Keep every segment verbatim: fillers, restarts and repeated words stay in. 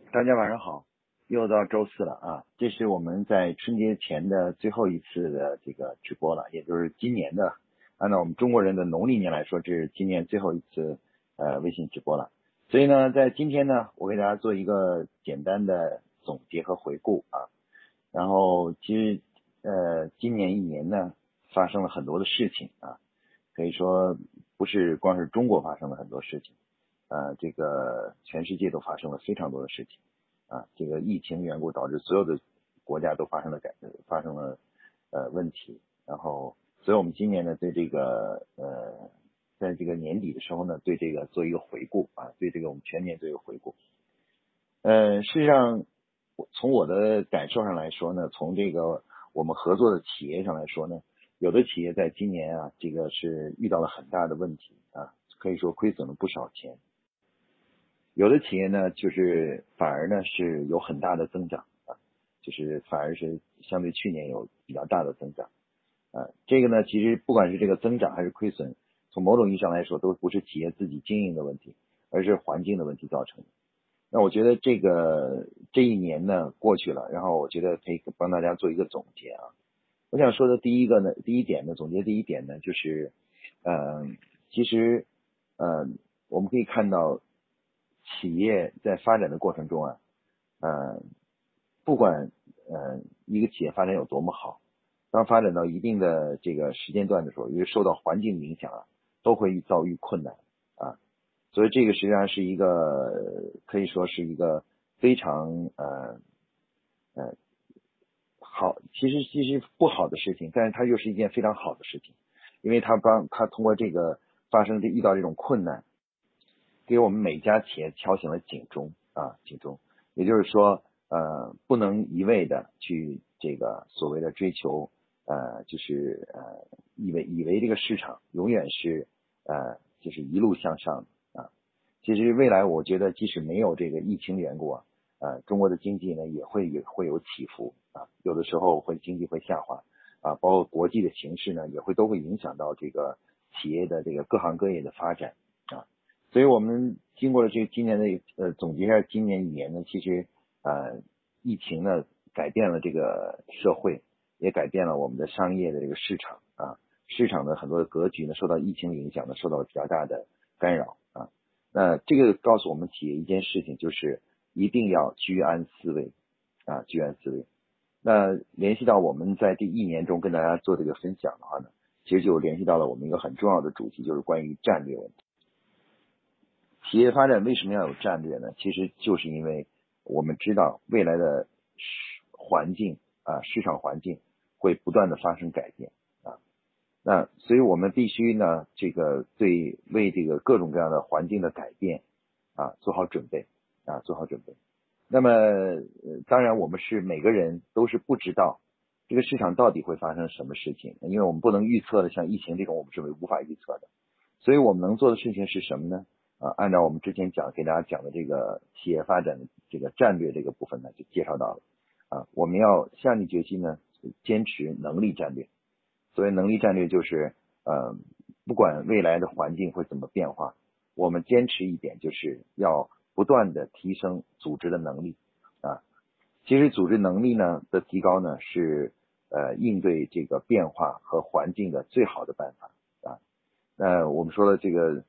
大家晚上好，又到周四了啊！这是我们在春节前的最后一次的这个直播了，也就是今年的，按照我们中国人的农历年来说，这是今年最后一次呃微信直播了。所以呢，在今天呢，我给大家做一个简单的总结和回顾啊。然后其实呃今年一年呢，发生了很多的事情啊，可以说不是光是中国发生了很多事情。呃，这个全世界都发生了非常多的事情啊，这个疫情缘故导致所有的国家都发生了改发生了呃问题，然后所以我们今年呢对这个呃在这个年底的时候呢对这个做一个回顾啊，对这个我们全年做一个回顾。呃，事实上从我的感受上来说呢，从这个我们合作的企业上来说呢，有的企业在今年啊这个是遇到了很大的问题啊，可以说亏损了不少钱。有的企业呢，就是反而呢是有很大的增长啊，就是反而是相对去年有比较大的增长啊。这个呢，其实不管是这个增长还是亏损，从某种意义上来说，都不是企业自己经营的问题，而是环境的问题造成的。那我觉得这个这一年呢过去了，然后我觉得可以帮大家做一个总结啊。我想说的第一个呢，第一点呢，总结第一点呢，就是，嗯，其实，嗯，我们可以看到。企业在发展的过程中啊，呃，不管呃一个企业发展有多么好，当发展到一定的这个时间段的时候，因为受到环境影响啊，都会遭遇困难啊，所以这个实际上是一个可以说是一个非常呃呃好，其实其实不好的事情，但是它又是一件非常好的事情，因为它帮它通过这个发生这遇到这种困难。给我们每家企业敲响了警钟啊，警钟，也就是说，呃，不能一味的去这个所谓的追求，呃，就是呃，以为以为这个市场永远是呃，就是一路向上的啊。其实未来我觉得，即使没有这个疫情缘故啊，呃，中国的经济呢也会也会有起伏啊，有的时候会经济会下滑啊，包括国际的形势呢也会都会影响到这个企业的这个各行各业的发展啊。所以我们经过了这个今年的呃总结一下今年一年呢，其实呃疫情呢改变了这个社会，也改变了我们的商业的这个市场啊，市场的很多的格局呢受到疫情的影响呢受到了比较大的干扰啊。那这个告诉我们企业一件事情，就是一定要居安思危啊，居安思危。那联系到我们在这一年中跟大家做这个分享的话呢，其实就联系到了我们一个很重要的主题，就是关于战略问题。企业发展为什么要有战略呢？其实就是因为我们知道未来的环境啊，市场环境会不断的发生改变啊，那所以我们必须呢，这个对为这个各种各样的环境的改变啊做好准备啊，做好准备。那么、呃、当然我们是每个人都是不知道这个市场到底会发生什么事情，因为我们不能预测的，像疫情这种我们是无法预测的。所以我们能做的事情是什么呢？啊，按照我们之前讲给大家讲的这个企业发展的这个战略这个部分呢，就介绍到了啊，我们要下定决心呢，坚持能力战略。所谓能力战略就是，呃，不管未来的环境会怎么变化，我们坚持一点，就是要不断的提升组织的能力啊。其实组织能力呢的提高呢，是呃应对这个变化和环境的最好的办法啊。那我们说的这个。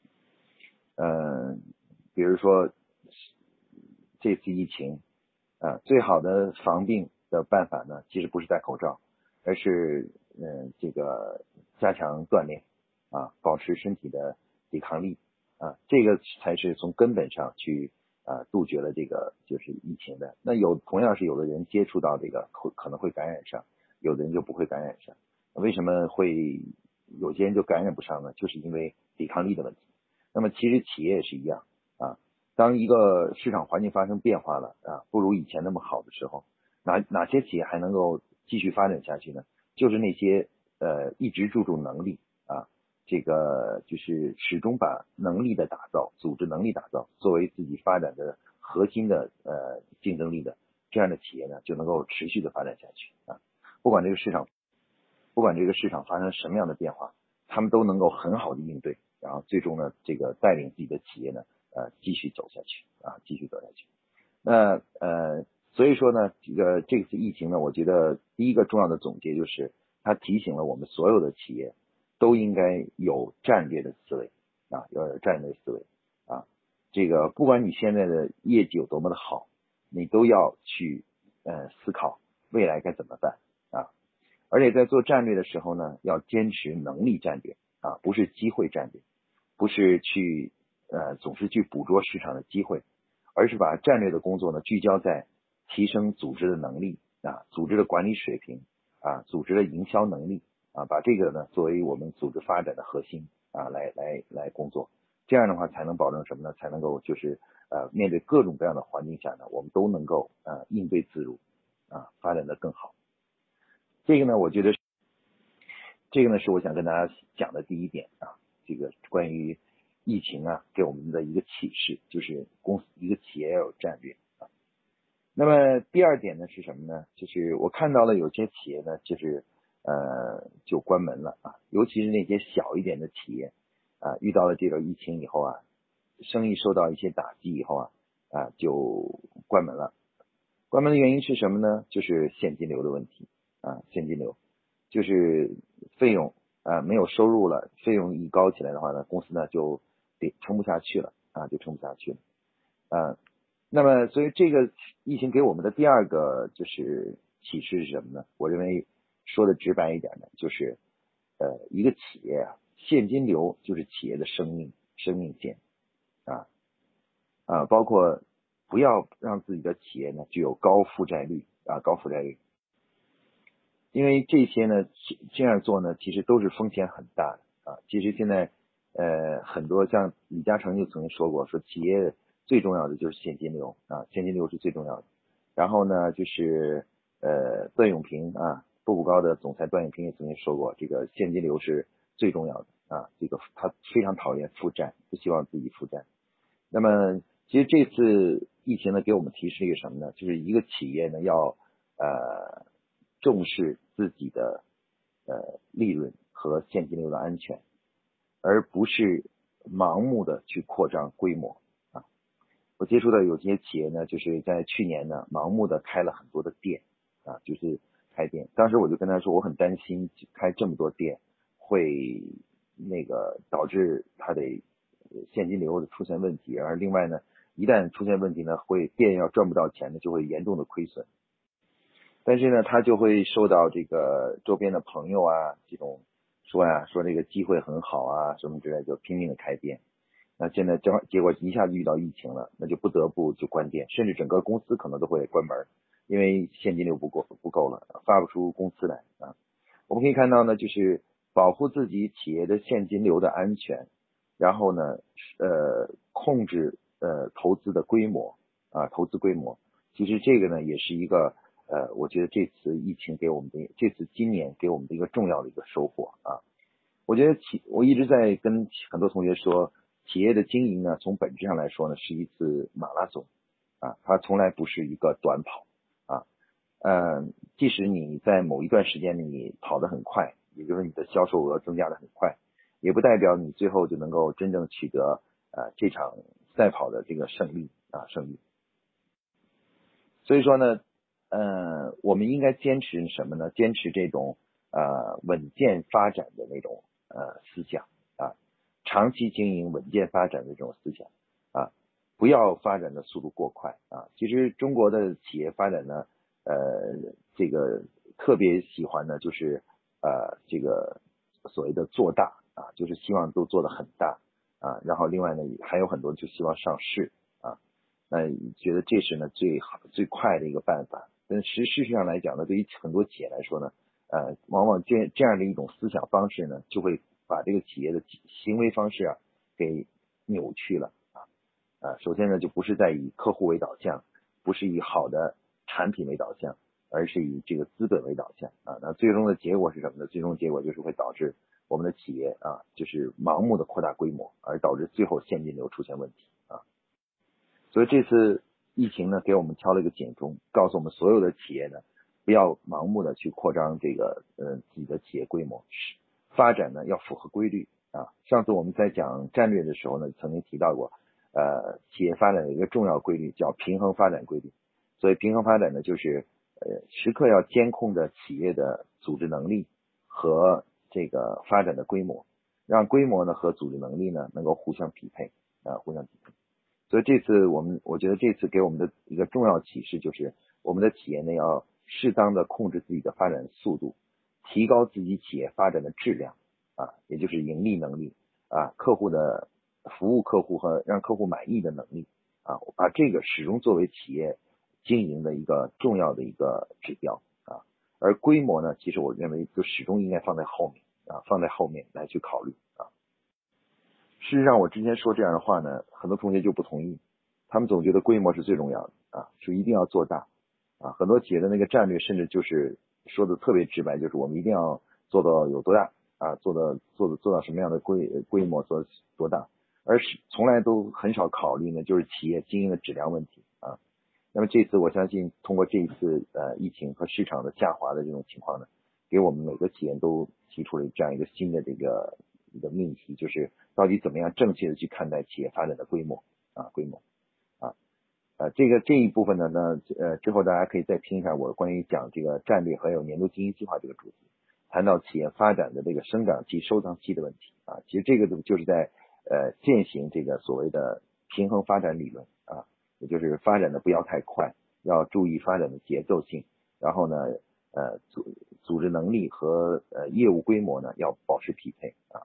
嗯，比如说这次疫情啊，最好的防病的办法呢，其实不是戴口罩，而是嗯这个加强锻炼啊，保持身体的抵抗力啊，这个才是从根本上去啊杜绝了这个就是疫情的。那有同样是有的人接触到这个可可能会感染上，有的人就不会感染上。为什么会有些人就感染不上呢？就是因为抵抗力的问题。那么其实企业也是一样啊，当一个市场环境发生变化了啊，不如以前那么好的时候，哪哪些企业还能够继续发展下去呢？就是那些呃一直注重能力啊，这个就是始终把能力的打造、组织能力打造作为自己发展的核心的呃竞争力的这样的企业呢，就能够持续的发展下去啊。不管这个市场不管这个市场发生什么样的变化，他们都能够很好的应对，然后最终呢，这个带领自己的企业呢，呃，继续走下去啊，继续走下去。 那呃，所以说呢，这个这次疫情呢，我觉得第一个重要的总结就是，它提醒了我们所有的企业都应该有战略的思维啊，要有战略思维啊。这个不管你现在的业绩有多么的好，你都要去呃思考未来该怎么办啊。而且在做战略的时候呢，要坚持能力战略啊，不是机会战略，不是去呃总是去捕捉市场的机会。而是把战略的工作呢聚焦在提升组织的能力啊，组织的管理水平啊，组织的营销能力啊，把这个呢作为我们组织发展的核心啊，来来来工作。这样的话才能保证什么呢？才能够就是呃面对各种各样的环境下呢，我们都能够呃应对自如啊，发展的更好。这个呢，我觉得这个呢是我想跟大家讲的第一点啊，这个关于疫情啊给我们的一个启示，就是公司一个企业要有战略啊。那么第二点呢是什么呢？就是我看到了有些企业呢，就是呃就关门了啊，尤其是那些小一点的企业啊，遇到了这个疫情以后啊，生意受到一些打击以后啊啊就关门了。关门的原因是什么呢？就是现金流的问题啊，现金流就是费用啊没有收入了，费用一高起来的话呢，公司呢就得撑不下去了啊，就撑不下去了啊。那么，所以这个疫情给我们的第二个就是启示是什么呢？我认为说的直白一点呢，就是呃一个企业啊，现金流就是企业的生命生命线啊啊，包括不要让自己的企业呢具有高负债率啊高负债率，因为这些呢这样做呢其实都是风险很大的啊。其实现在呃很多像李嘉诚就曾经说过，说企业最重要的就是现金流啊，现金流是最重要的。然后呢，就是呃段永平啊，步步高的总裁段永平也曾经说过，这个现金流是最重要的啊，这个他非常讨厌负债，不希望自己负债。那么其实这次疫情呢，给我们提示一个什么呢？就是一个企业呢要呃重视自己的呃利润和现金流的安全，而不是盲目的去扩张规模啊。我接触的有些企业呢，就是在去年呢盲目的开了很多的店啊，就是开店。当时我就跟他说，我很担心开这么多店会那个导致他的现金流的出现问题，而另外呢，一旦出现问题呢，会店要赚不到钱呢，就会严重的亏损。但是呢，他就会受到这个周边的朋友啊这种说呀、啊，说这个机会很好啊什么之类，就拼命的开店。那现在正结果一下子遇到疫情了，那就不得不就关店，甚至整个公司可能都会关门，因为现金流不够不够了，发不出工资来啊。我们可以看到呢，就是保护自己企业的现金流的安全，然后呢，呃，控制呃投资的规模啊，投资规模。其实这个呢，也是一个呃，我觉得这次疫情给我们的，这次今年给我们的一个重要的一个收获啊。我觉得企，我一直在跟很多同学说，企业的经营呢，从本质上来说呢，是一次马拉松啊，它从来不是一个短跑啊。呃，即使你在某一段时间里你跑得很快，也就是你的销售额增加的很快，也不代表你最后就能够真正取得呃这场赛跑的这个胜利啊胜利。所以说呢，呃，我们应该坚持什么呢？坚持这种呃稳健发展的那种呃思想啊，长期经营稳健发展的这种思想啊，不要发展的速度过快啊。其实中国的企业发展呢，呃，这个特别喜欢的就是呃这个所谓的做大啊，就是希望都做得很大啊，然后另外呢还有很多就希望上市啊。那觉得这是呢最好最快的一个办法，但实事实上来讲呢，对于很多企业来说呢，呃，往往这这样的一种思想方式呢，就会把这个企业的行为方式啊给扭曲了啊啊，首先呢就不是在以客户为导向，不是以好的产品为导向，而是以这个资本为导向啊，那最终的结果是什么呢？最终结果就是会导致我们的企业啊，就是盲目的扩大规模，而导致最后现金流出现问题啊。所以这次疫情呢，给我们敲了一个警钟，告诉我们所有的企业呢，不要盲目的去扩张这个呃自己的企业规模，发展呢要符合规律啊。上次我们在讲战略的时候呢，曾经提到过， 呃企业发展的一个重要规律，叫平衡发展规律。所以平衡发展呢，就是呃时刻要监控着企业的组织能力和这个发展的规模，让规模呢和组织能力呢能够互相匹配啊、呃，互相匹配。所以这次我们，我觉得这次给我们的一个重要启示就是，我们的企业呢要适当的控制自己的发展速度，提高自己企业发展的质量啊，也就是盈利能力啊，客户的服务客户和让客户满意的能力啊，把这个始终作为企业经营的一个重要的一个指标啊。而规模呢，其实我认为就始终应该放在后面啊，放在后面来去考虑啊。事实上，我之前说这样的话呢，很多同学就不同意，他们总觉得规模是最重要的啊，是一定要做大啊。很多企业的那个战略，甚至就是说的特别直白，就是我们一定要做到有多大啊，做到做到做到什么样的规规模，做多大，而是从来都很少考虑呢，就是企业经营的质量问题啊。那么这次我相信，通过这一次呃疫情和市场的下滑的这种情况呢，给我们每个企业都提出了这样一个新的这个一个命题，就是到底怎么样正确的去看待企业发展的规模啊规模啊呃这个这一部分呢，呢呃之后大家可以再听一下我关于讲这个战略还有年度经营计划这个主题，谈到企业发展的这个生长期、收藏期的问题啊。其实这个就是在呃践行这个所谓的平衡发展理论啊。也就是发展的不要太快，要注意发展的节奏性，然后呢，呃，组组织能力和呃业务规模呢要保持匹配啊。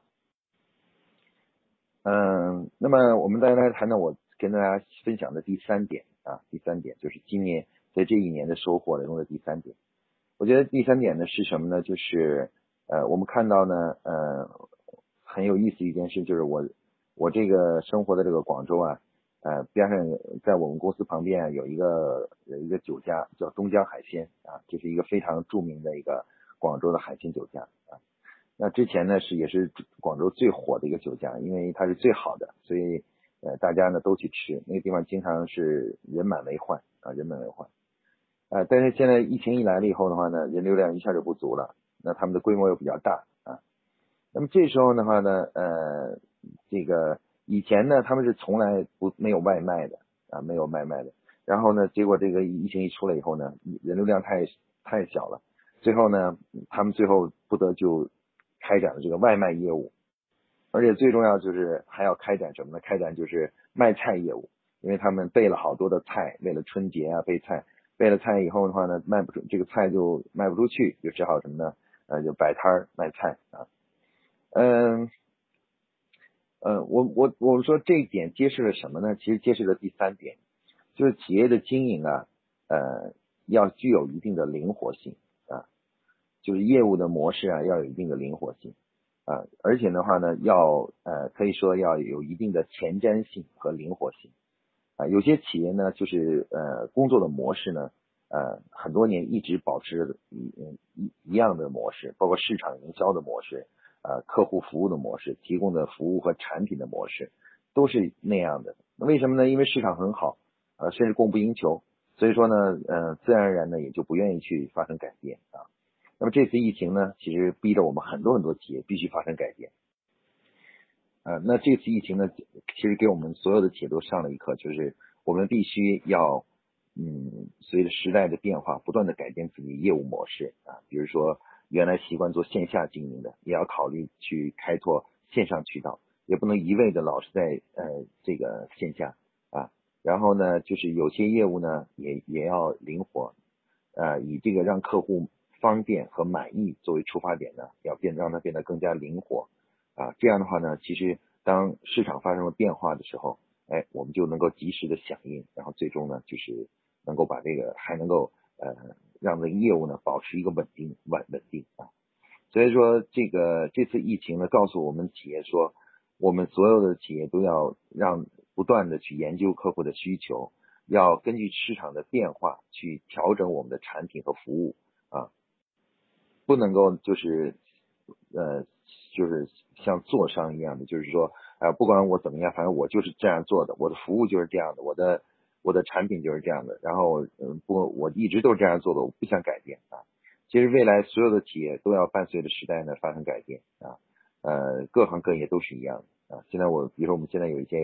嗯，那么我们再来谈谈我跟大家分享的第三点啊，第三点就是今年在这一年的收获中的第三点。我觉得第三点呢是什么呢？就是呃，我们看到呢，呃，很有意思一件事，就是我我这个生活的这个广州啊。呃，边上在我们公司旁边有一个有一个酒家叫东江海鲜啊，这是一个非常著名的一个广州的海鲜酒家啊。那之前呢是也是广州最火的一个酒家，因为它是最好的，所以呃大家呢都去吃，那个地方经常是人满为患啊，人满为患。呃，但是现在疫情一来了以后的话呢，人流量一下就不足了，那他们的规模又比较大啊。那么这时候的话呢，呃，这个以前呢，他们是从来不没有外卖的啊，没有外卖的。然后呢，结果这个疫情一出来以后呢，人流量太太小了，最后呢，他们最后不得就开展了这个外卖业务，而且最重要就是还要开展什么呢？开展就是卖菜业务，因为他们备了好多的菜，为了春节啊备菜，备了菜以后的话呢，卖不出这个菜就卖不出去，就只好什么呢？呃，就摆摊儿卖菜啊。嗯，呃，我我我说这一点揭示了什么呢？其实揭示了第三点，就是企业的经营啊，呃，要具有一定的灵活性啊，就是业务的模式啊，要有一定的灵活性啊，而且的话呢，要呃，可以说要有一定的前瞻性和灵活性啊。有些企业呢，就是呃，工作的模式呢，呃，很多年一直保持一一一样的模式，包括市场营销的模式。呃，客户服务的模式，提供的服务和产品的模式都是那样的。那为什么呢？因为市场很好，呃，甚至供不应求，所以说呢，呃，自然而然呢也就不愿意去发生改变啊。那么这次疫情呢，其实逼着我们很多很多企业必须发生改变。呃，那这次疫情呢，其实给我们所有的企业都上了一课，就是我们必须要，嗯，随着时代的变化，不断的改变自己业务模式啊。比如说，原来习惯做线下经营的，也要考虑去开拓线上渠道，也不能一味的老是在呃这个线下啊。然后呢，就是有些业务呢，也也要灵活，呃，以这个让客户方便和满意作为出发点呢，要变让它变得更加灵活。啊，这样的话呢，其实当市场发生了变化的时候，哎，我们就能够及时的响应，然后最终呢，就是能够把这个还能够呃让这个业务呢保持一个稳定稳稳定啊。所以说这个这次疫情呢，告诉我们企业说，我们所有的企业都要让不断的去研究客户的需求，要根据市场的变化去调整我们的产品和服务啊。不能够就是呃就是像做商一样的，就是说呃不管我怎么样，反正我就是这样做的，我的服务就是这样的，我的我的产品就是这样的，然后嗯不我一直都是这样做的，我不想改变啊。其实未来所有的企业都要伴随着时代呢发生改变啊，呃各行各业都是一样的啊。现在我比如说我们现在有一些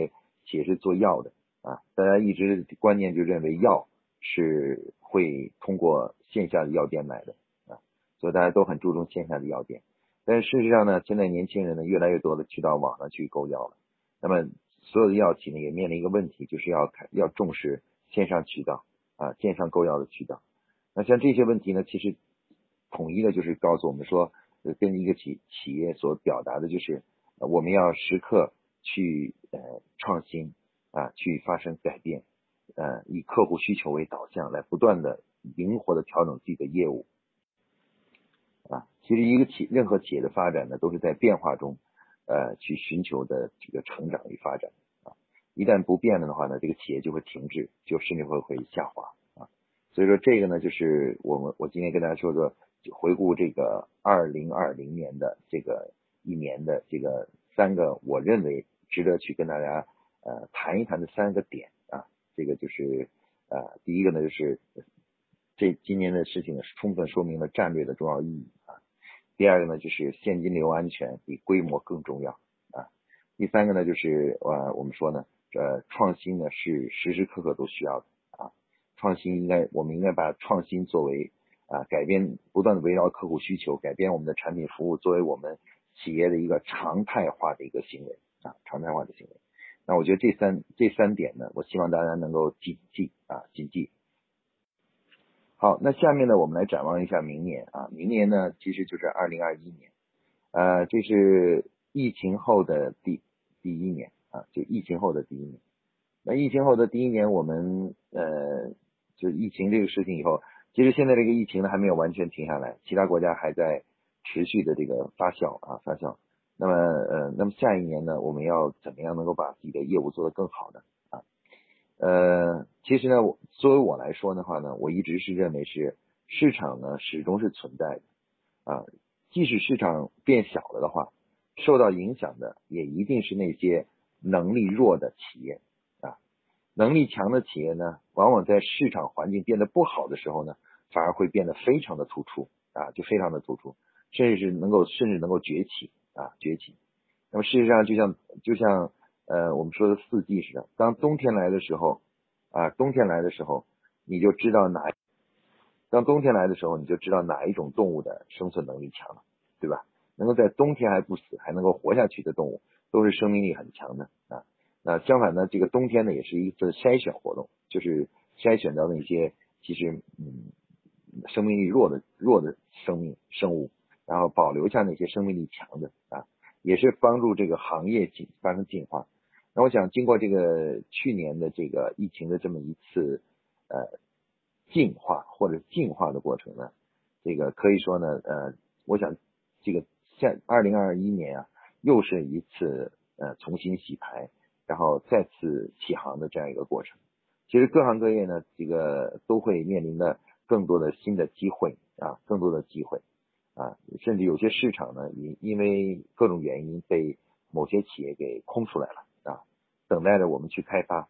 企业是做药的啊，大家一直观念就认为药是会通过线下的药店买的啊，所以大家都很注重线下的药店。但是事实上呢，现在年轻人呢越来越多的去到网上去购药了。那么所有的药企呢也面临一个问题，就是要看要重视线上渠道啊，线上购药的渠道。那像这些问题呢，其实统一的就是告诉我们说，呃，跟一个企企业所表达的就是，呃、我们要时刻去呃创新啊，去发生改变，呃，以客户需求为导向，来不断的灵活的调整自己的业务啊。其实一个企任何企业的发展呢，都是在变化中呃去寻求的这个成长与发展啊。一旦不变了的话呢，这个企业就会停滞，就甚至会会下滑啊。所以说这个呢，就是我们我今天跟大家说的，回顾这个二零二零年的这个一年的这个三个我认为值得去跟大家呃谈一谈的三个点啊。这个就是呃第一个呢，就是这今年的事情呢，充分说明了战略的重要意义啊。第二个呢，就是现金流安全比规模更重要啊。第三个呢，就是呃我们说呢，呃创新呢是时时刻刻都需要的啊。创新应该我们应该把创新作为啊改变，不断的围绕客户需求，改变我们的产品服务，作为我们企业的一个常态化的一个行为啊，常态化的行为。那我觉得这三这三点呢，我希望大家能够谨记啊，谨记。好，那下面呢，我们来展望一下明年啊。明年呢，其实就是二零二一年，呃，这是疫情后的第第一年啊，就疫情后的第一年。那疫情后的第一年，我们呃，就疫情这个事情以后，其实现在这个疫情呢还没有完全停下来，其他国家还在持续的这个发酵啊发酵。那么呃，那么下一年呢，我们要怎么样能够把自己的业务做得更好呢？啊？呃，其实呢，作为我来说的话呢，我一直是认为是市场呢始终是存在的啊，即使市场变小了的话，受到影响的也一定是那些能力弱的企业啊，能力强的企业呢，往往在市场环境变得不好的时候呢，反而会变得非常的突出啊，就非常的突出，甚至是能够甚至能够崛起啊崛起。那么事实上，就像就像呃我们说的四季似的，当冬天来的时候啊，冬天来的时候，你就知道哪当冬天来的时候，你就知道哪一种动物的生存能力强了，对吧？能够在冬天还不死，还能够活下去的动物，都是生命力很强的啊。那相反呢，这个冬天呢，也是一次筛选活动，就是筛选到那些其实嗯生命力弱的弱的生命生物，然后保留下那些生命力强的啊。也是帮助这个行业进发生进化。那我想经过这个去年的这个疫情的这么一次呃进化或者进化的过程呢，这个可以说呢呃我想这个现二零二一年啊又是一次呃重新洗牌，然后再次起航的这样一个过程。其实各行各业呢这个都会面临的更多的新的机会啊，更多的机会。啊，甚至有些市场呢，因因为各种原因被某些企业给空出来了啊，等待着我们去开发。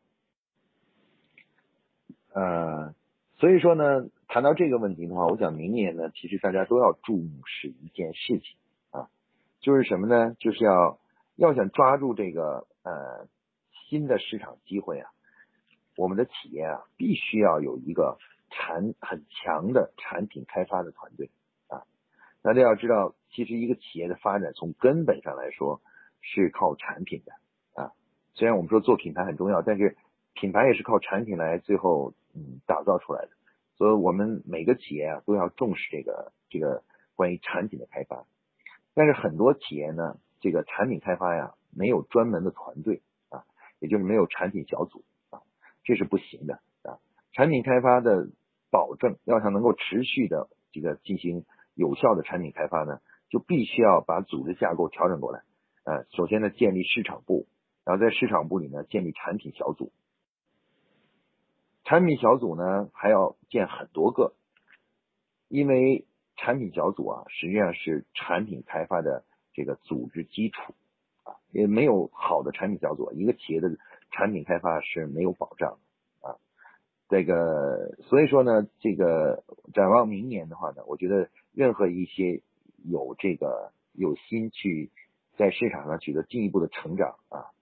呃，所以说呢，谈到这个问题的话，我想明年呢，其实大家都要注视一件事情啊，就是什么呢？就是要要想抓住这个呃新的市场机会啊，我们的企业啊，必须要有一个产很强的产品开发的团队啊。大家要知道，其实一个企业的发展从根本上来说是靠产品的啊。虽然我们说做品牌很重要，但是品牌也是靠产品来最后嗯打造出来的。所以我们每个企业啊都要重视这个这个关于产品的开发。但是很多企业呢，这个产品开发呀没有专门的团队啊，也就是没有产品小组啊，这是不行的啊。产品开发的保证要想能够持续的这个进行有效的产品开发呢，就必须要把组织架构调整过来。呃，首先呢，建立市场部，然后在市场部里呢，建立产品小组。产品小组呢，还要建很多个，因为产品小组啊，实际上是产品开发的这个组织基础啊，也没有好的产品小组，一个企业的产品开发是没有保障的啊。这个所以说呢，这个展望明年的话呢，我觉得任何一些有这个有心去在市场上取得进一步的成长啊，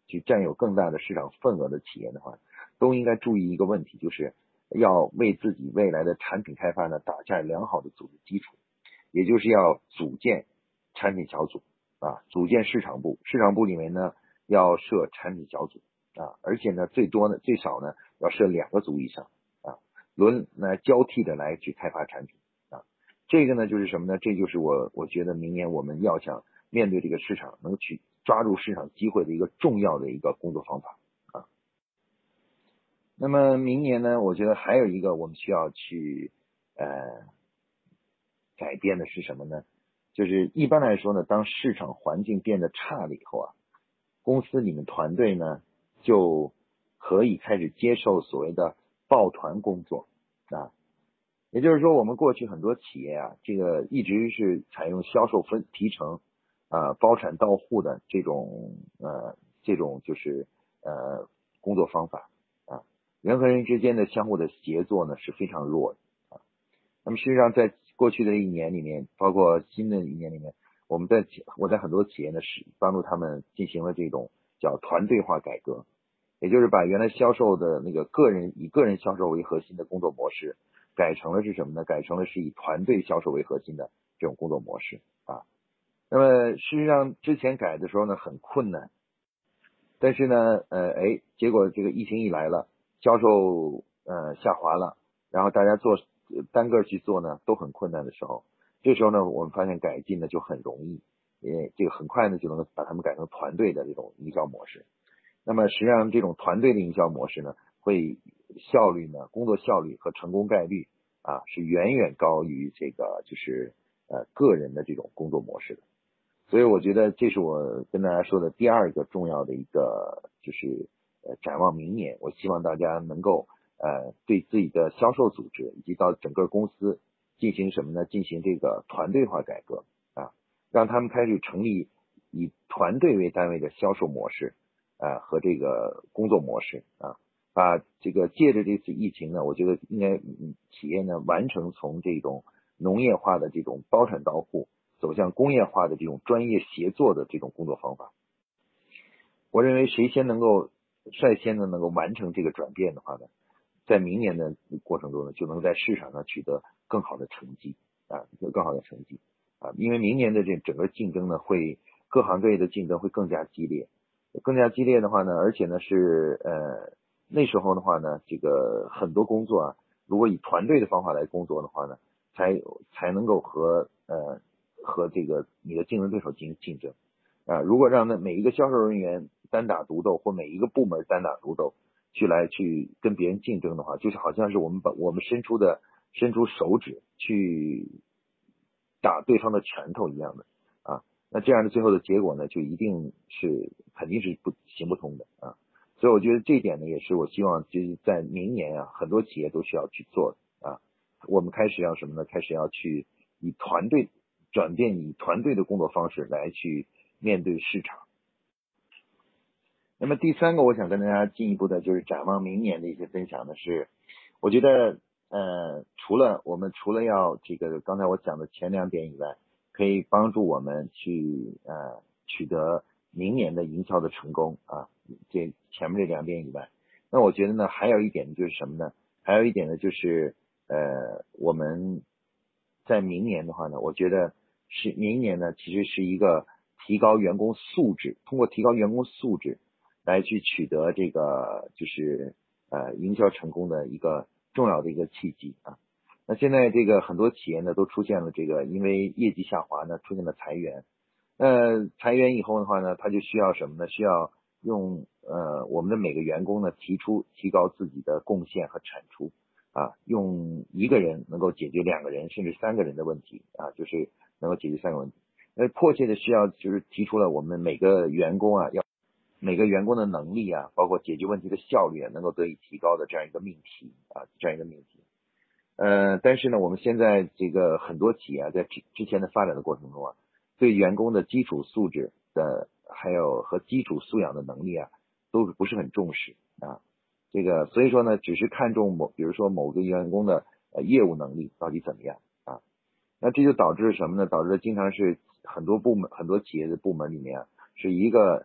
去占有更大的市场份额的企业的话，都应该注意一个问题，就是要为自己未来的产品开发呢打下良好的组织基础，也就是要组建产品小组啊，组建市场部，市场部里面呢要设产品小组啊，而且呢最多呢最少呢要设两个组以上啊，轮来交替的来去开发产品啊。这个呢就是什么呢？这就是我我觉得明年我们要想面对这个市场，能去抓住市场机会的一个重要的一个工作方法啊。那么明年呢，我觉得还有一个我们需要去呃改变的是什么呢？就是一般来说呢，当市场环境变得差了以后啊，公司里面团队呢就可以开始接受所谓的抱团工作啊。也就是说，我们过去很多企业啊，这个一直是采用销售分提成啊、包产到户的这种呃这种就是呃工作方法啊，人和人之间的相互的协作呢是非常弱的啊。那么实际上在过去的一年里面，包括新的一年里面，我们在我在很多企业呢是帮助他们进行了这种叫团队化改革，也就是把原来销售的那个个人以个人销售为核心的工作模式，改成了是什么呢？改成了是以团队销售为核心的这种工作模式啊。那么事实上之前改的时候呢很困难，但是呢呃哎结果这个疫情一来了，销售呃下滑了，然后大家做单个去做呢都很困难的时候，这时候呢我们发现改进呢就很容易，呃这个很快呢就能把它们改成团队的这种营销模式。那么实际上这种团队的营销模式呢，会效率呢，工作效率和成功概率啊是远远高于这个就是呃个人的这种工作模式的。所以我觉得这是我跟大家说的第二个重要的一个就是呃展望明年，我希望大家能够呃对自己的销售组织以及到整个公司进行什么呢？进行这个团队化改革啊，让他们开始成立以团队为单位的销售模式。啊和这个工作模式啊，把这个借着这次疫情呢，我觉得应该嗯企业呢完成从这种农业化的这种包产到户，走向工业化的这种专业协作的这种工作方法。我认为谁先能够率先的能够完成这个转变的话呢，在明年的过程中呢，就能在市场上取得更好的成绩啊，更好的成绩啊，因为明年的这整个竞争呢，会各行各业的竞争会更加激烈。更加激烈的话呢，而且呢是呃那时候的话呢，这个很多工作啊，如果以团队的方法来工作的话呢，才才能够和呃和这个你的竞争对手进行竞争啊。如果让那每一个销售人员单打独斗，或每一个部门单打独斗去来去跟别人竞争的话，就是好像是我们把我们伸出的伸出手指去打对方的拳头一样的啊。那这样的最后的结果呢，就一定是肯定是不行不通的啊。所以我觉得这一点呢，也是我希望就是在明年啊，很多企业都需要去做的啊。我们开始要什么呢？开始要去以团队转变，以团队的工作方式来去面对市场。那么第三个，我想跟大家进一步的就是展望明年的一些分享的是，我觉得呃，除了我们除了要这个刚才我讲的前两点以外，可以帮助我们去呃取得明年的营销的成功啊，这前面这两点以外，那我觉得呢，还有一点就是什么呢？还有一点呢，就是呃，我们在明年的话呢，我觉得是明年呢，其实是一个提高员工素质，通过提高员工素质来去取得这个就是呃营销成功的一个重要的一个契机啊。那现在这个很多企业呢都出现了这个因为业绩下滑呢出现了裁员，那裁员以后的话呢，他就需要什么呢？需要用呃我们的每个员工呢提出提高自己的贡献和产出啊，用一个人能够解决两个人甚至三个人的问题啊，就是能够解决三个问题。那迫切的需要就是提出了我们每个员工啊要。每个员工的能力啊，包括解决问题的效率啊，能够得以提高的这样一个命题啊，这样一个命题。呃，但是呢，我们现在这个很多企业啊，在之之前的发展的过程中啊，对员工的基础素质的还有和基础素养的能力啊，都不是很重视啊。这个所以说呢，只是看重某，比如说某个员工的呃业务能力到底怎么样啊，那这就导致什么呢？导致经常是很多部门很多企业的部门里面啊，是一个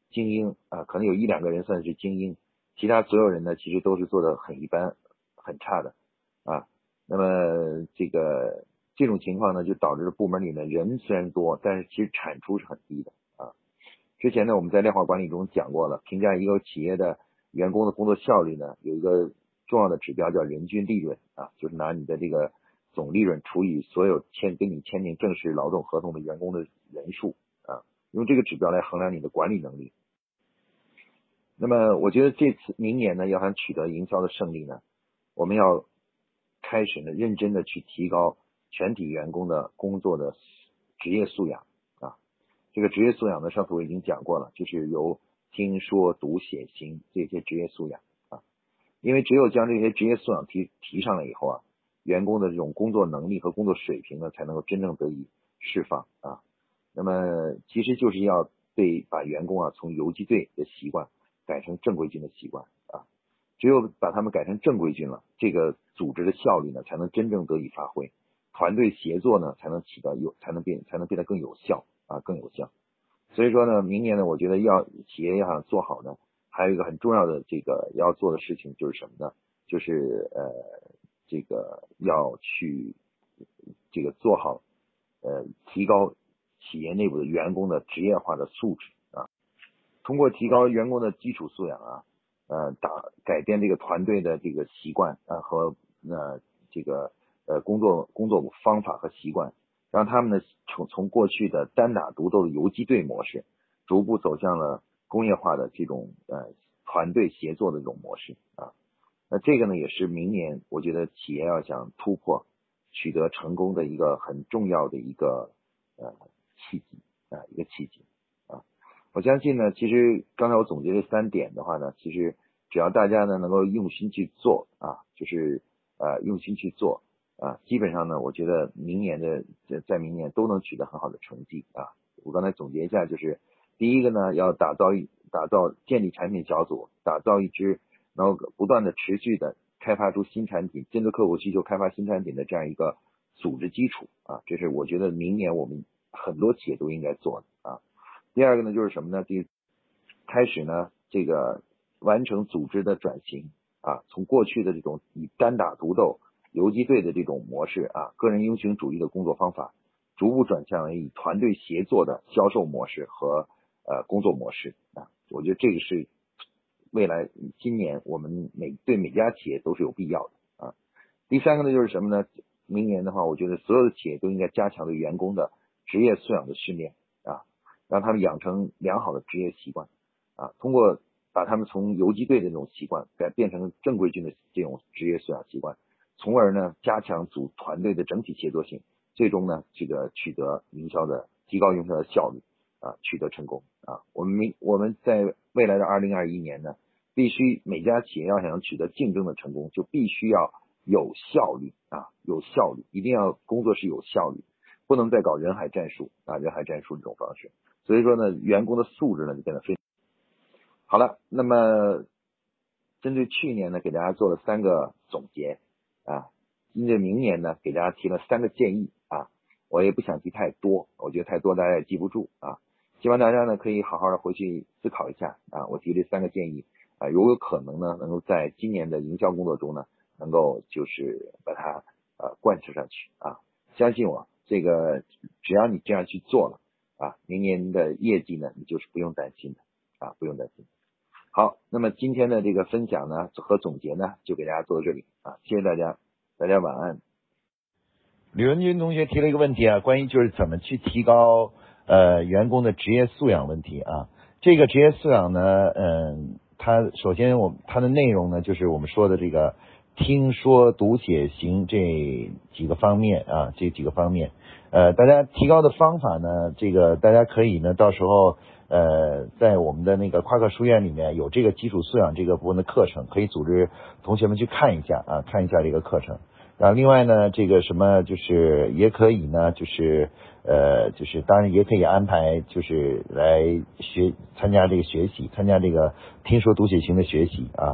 精英啊，可能有一两个人算是精英，其他所有人呢其实都是做的很一般很差的啊。那么这个这种情况呢，就导致部门里呢人虽然多，但是其实产出是很低的啊。之前呢我们在量化管理中讲过了，评价一个企业的员工的工作效率呢，有一个重要的指标叫人均利润啊，就是拿你的这个总利润除以所有签跟你签订正式劳动合同的员工的人数啊，用这个指标来衡量你的管理能力。那么我觉得这次明年呢，要想取得营销的胜利呢，我们要开始呢认真的去提高全体员工的工作的职业素养啊。这个职业素养呢，上次我已经讲过了，就是由听说读写行这些职业素养啊。因为只有将这些职业素养提提上来以后啊，员工的这种工作能力和工作水平呢，才能够真正得以释放啊。那么其实就是要对把员工啊从游击队的习惯改成正规军的习惯啊，只有把他们改成正规军了，这个组织的效率呢才能真正得以发挥，团队协作呢才能起到有才能变才能变得更有效啊更有效。所以说呢，明年呢，我觉得要企业要想做好呢，还有一个很重要的这个要做的事情就是什么呢？就是呃这个要去这个做好呃提高企业内部的员工的职业化的素质啊。通过提高员工的基础素养啊，呃，打改变这个团队的这个习惯啊和呃这个呃工作工作方法和习惯，让他们呢从从过去的单打独斗的游击队模式，逐步走向了工业化的这种呃团队协作的这种模式啊。那这个呢也是明年我觉得企业要想突破取得成功的一个很重要的一个呃契机啊一个契机。我相信呢，其实刚才我总结这三点的话呢，其实只要大家呢能够用心去做啊，就是呃用心去做啊，基本上呢，我觉得明年的在明年都能取得很好的成绩啊。我刚才总结一下，就是第一个呢，要打造一打造建立产品小组，打造一支能够不断的持续的开发出新产品，针对客户需求开发新产品的这样一个组织基础啊，这是我觉得明年我们很多企业都应该做的啊。第二个呢，就是什么呢？第开始呢，这个完成组织的转型啊，从过去的这种以单打独斗、游击队的这种模式啊，个人英雄主义的工作方法，逐步转向以团队协作的销售模式和呃工作模式啊。我觉得这个是未来今年我们每对每家企业都是有必要的啊。第三个呢，就是什么呢？明年的话，我觉得所有的企业都应该加强对员工的职业素养的训练。让他们养成良好的职业习惯啊，通过把他们从游击队的这种习惯改变成正规军的这种职业素养习惯，从而呢加强组团队的整体协作性，最终呢这个取得营销的提高营销的效率啊，取得成功啊。我们明我们在未来的二零二一年呢，必须每家企业要想取得竞争的成功，就必须要有效率啊，有效率，一定要工作是有效率，不能再搞人海战术啊，人海战术这种方式。所以说呢，员工的素质呢就变得非常好了。那么针对去年呢，给大家做了三个总结啊，针对明年呢，给大家提了三个建议啊。我也不想提太多，我觉得太多大家也记不住啊。希望大家呢可以好好的回去思考一下啊，我提这三个建议啊，如果有可能呢，能够在今年的营销工作中呢，能够就是把它呃贯彻上去啊。相信我，这个只要你这样去做了。啊，明年的业绩呢，你就是不用担心的啊，不用担心。好，那么今天的这个分享呢和总结呢，就给大家做到这里啊，谢谢大家，大家晚安。 吕文军同学提了一个问题啊，关于就是怎么去提高呃员工的职业素养问题啊。这个职业素养呢，嗯，它首先我它的内容呢，就是我们说的这个听说读写行这几个方面啊，这几个方面。呃，大家提高的方法呢，这个大家可以呢，到时候呃，在我们的那个夸克书院里面有这个基础素养这个部分的课程，可以组织同学们去看一下啊，看一下这个课程。然后另外呢，这个什么就是也可以呢，就是呃，就是当然也可以安排，就是来学参加这个学习，参加这个听说读写行的学习啊。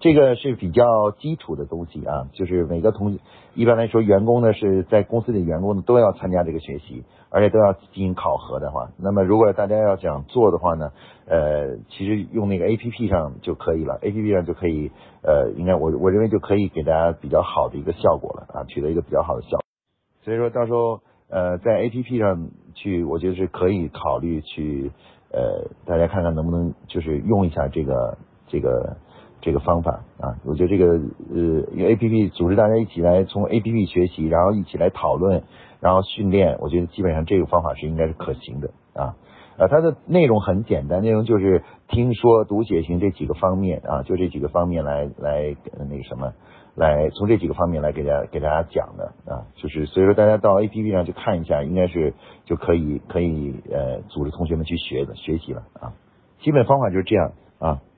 这个是比较基础的东西啊，就是每个同一般来说员工呢是在公司里员工呢都要参加这个学习，而且都要进行考核的话，那么如果大家要想做的话呢，呃，其实用那个 A P P 上就可以了 ，A P P 上就可以，呃，应该我我认为就可以给大家比较好的一个效果了啊，取得一个比较好的效果。所以说到时候呃在 A P P 上去，我觉得是可以考虑去呃大家看看能不能就是用一下这个这个这个方法啊，我觉得这个呃用 A P P 组织大家一起来从 A P P 学习，然后一起来讨论，然后训练，我觉得基本上这个方法是应该是可行的啊。呃，它的内容很简单，内容就是听说读写型这几个方面啊，就这几个方面来来呃那个什么，来从这几个方面来给大家给大家讲的啊，就是所以说大家到 A P P 上去看一下，应该是就可以可以呃组织同学们去学的学习了啊，基本方法就是这样啊。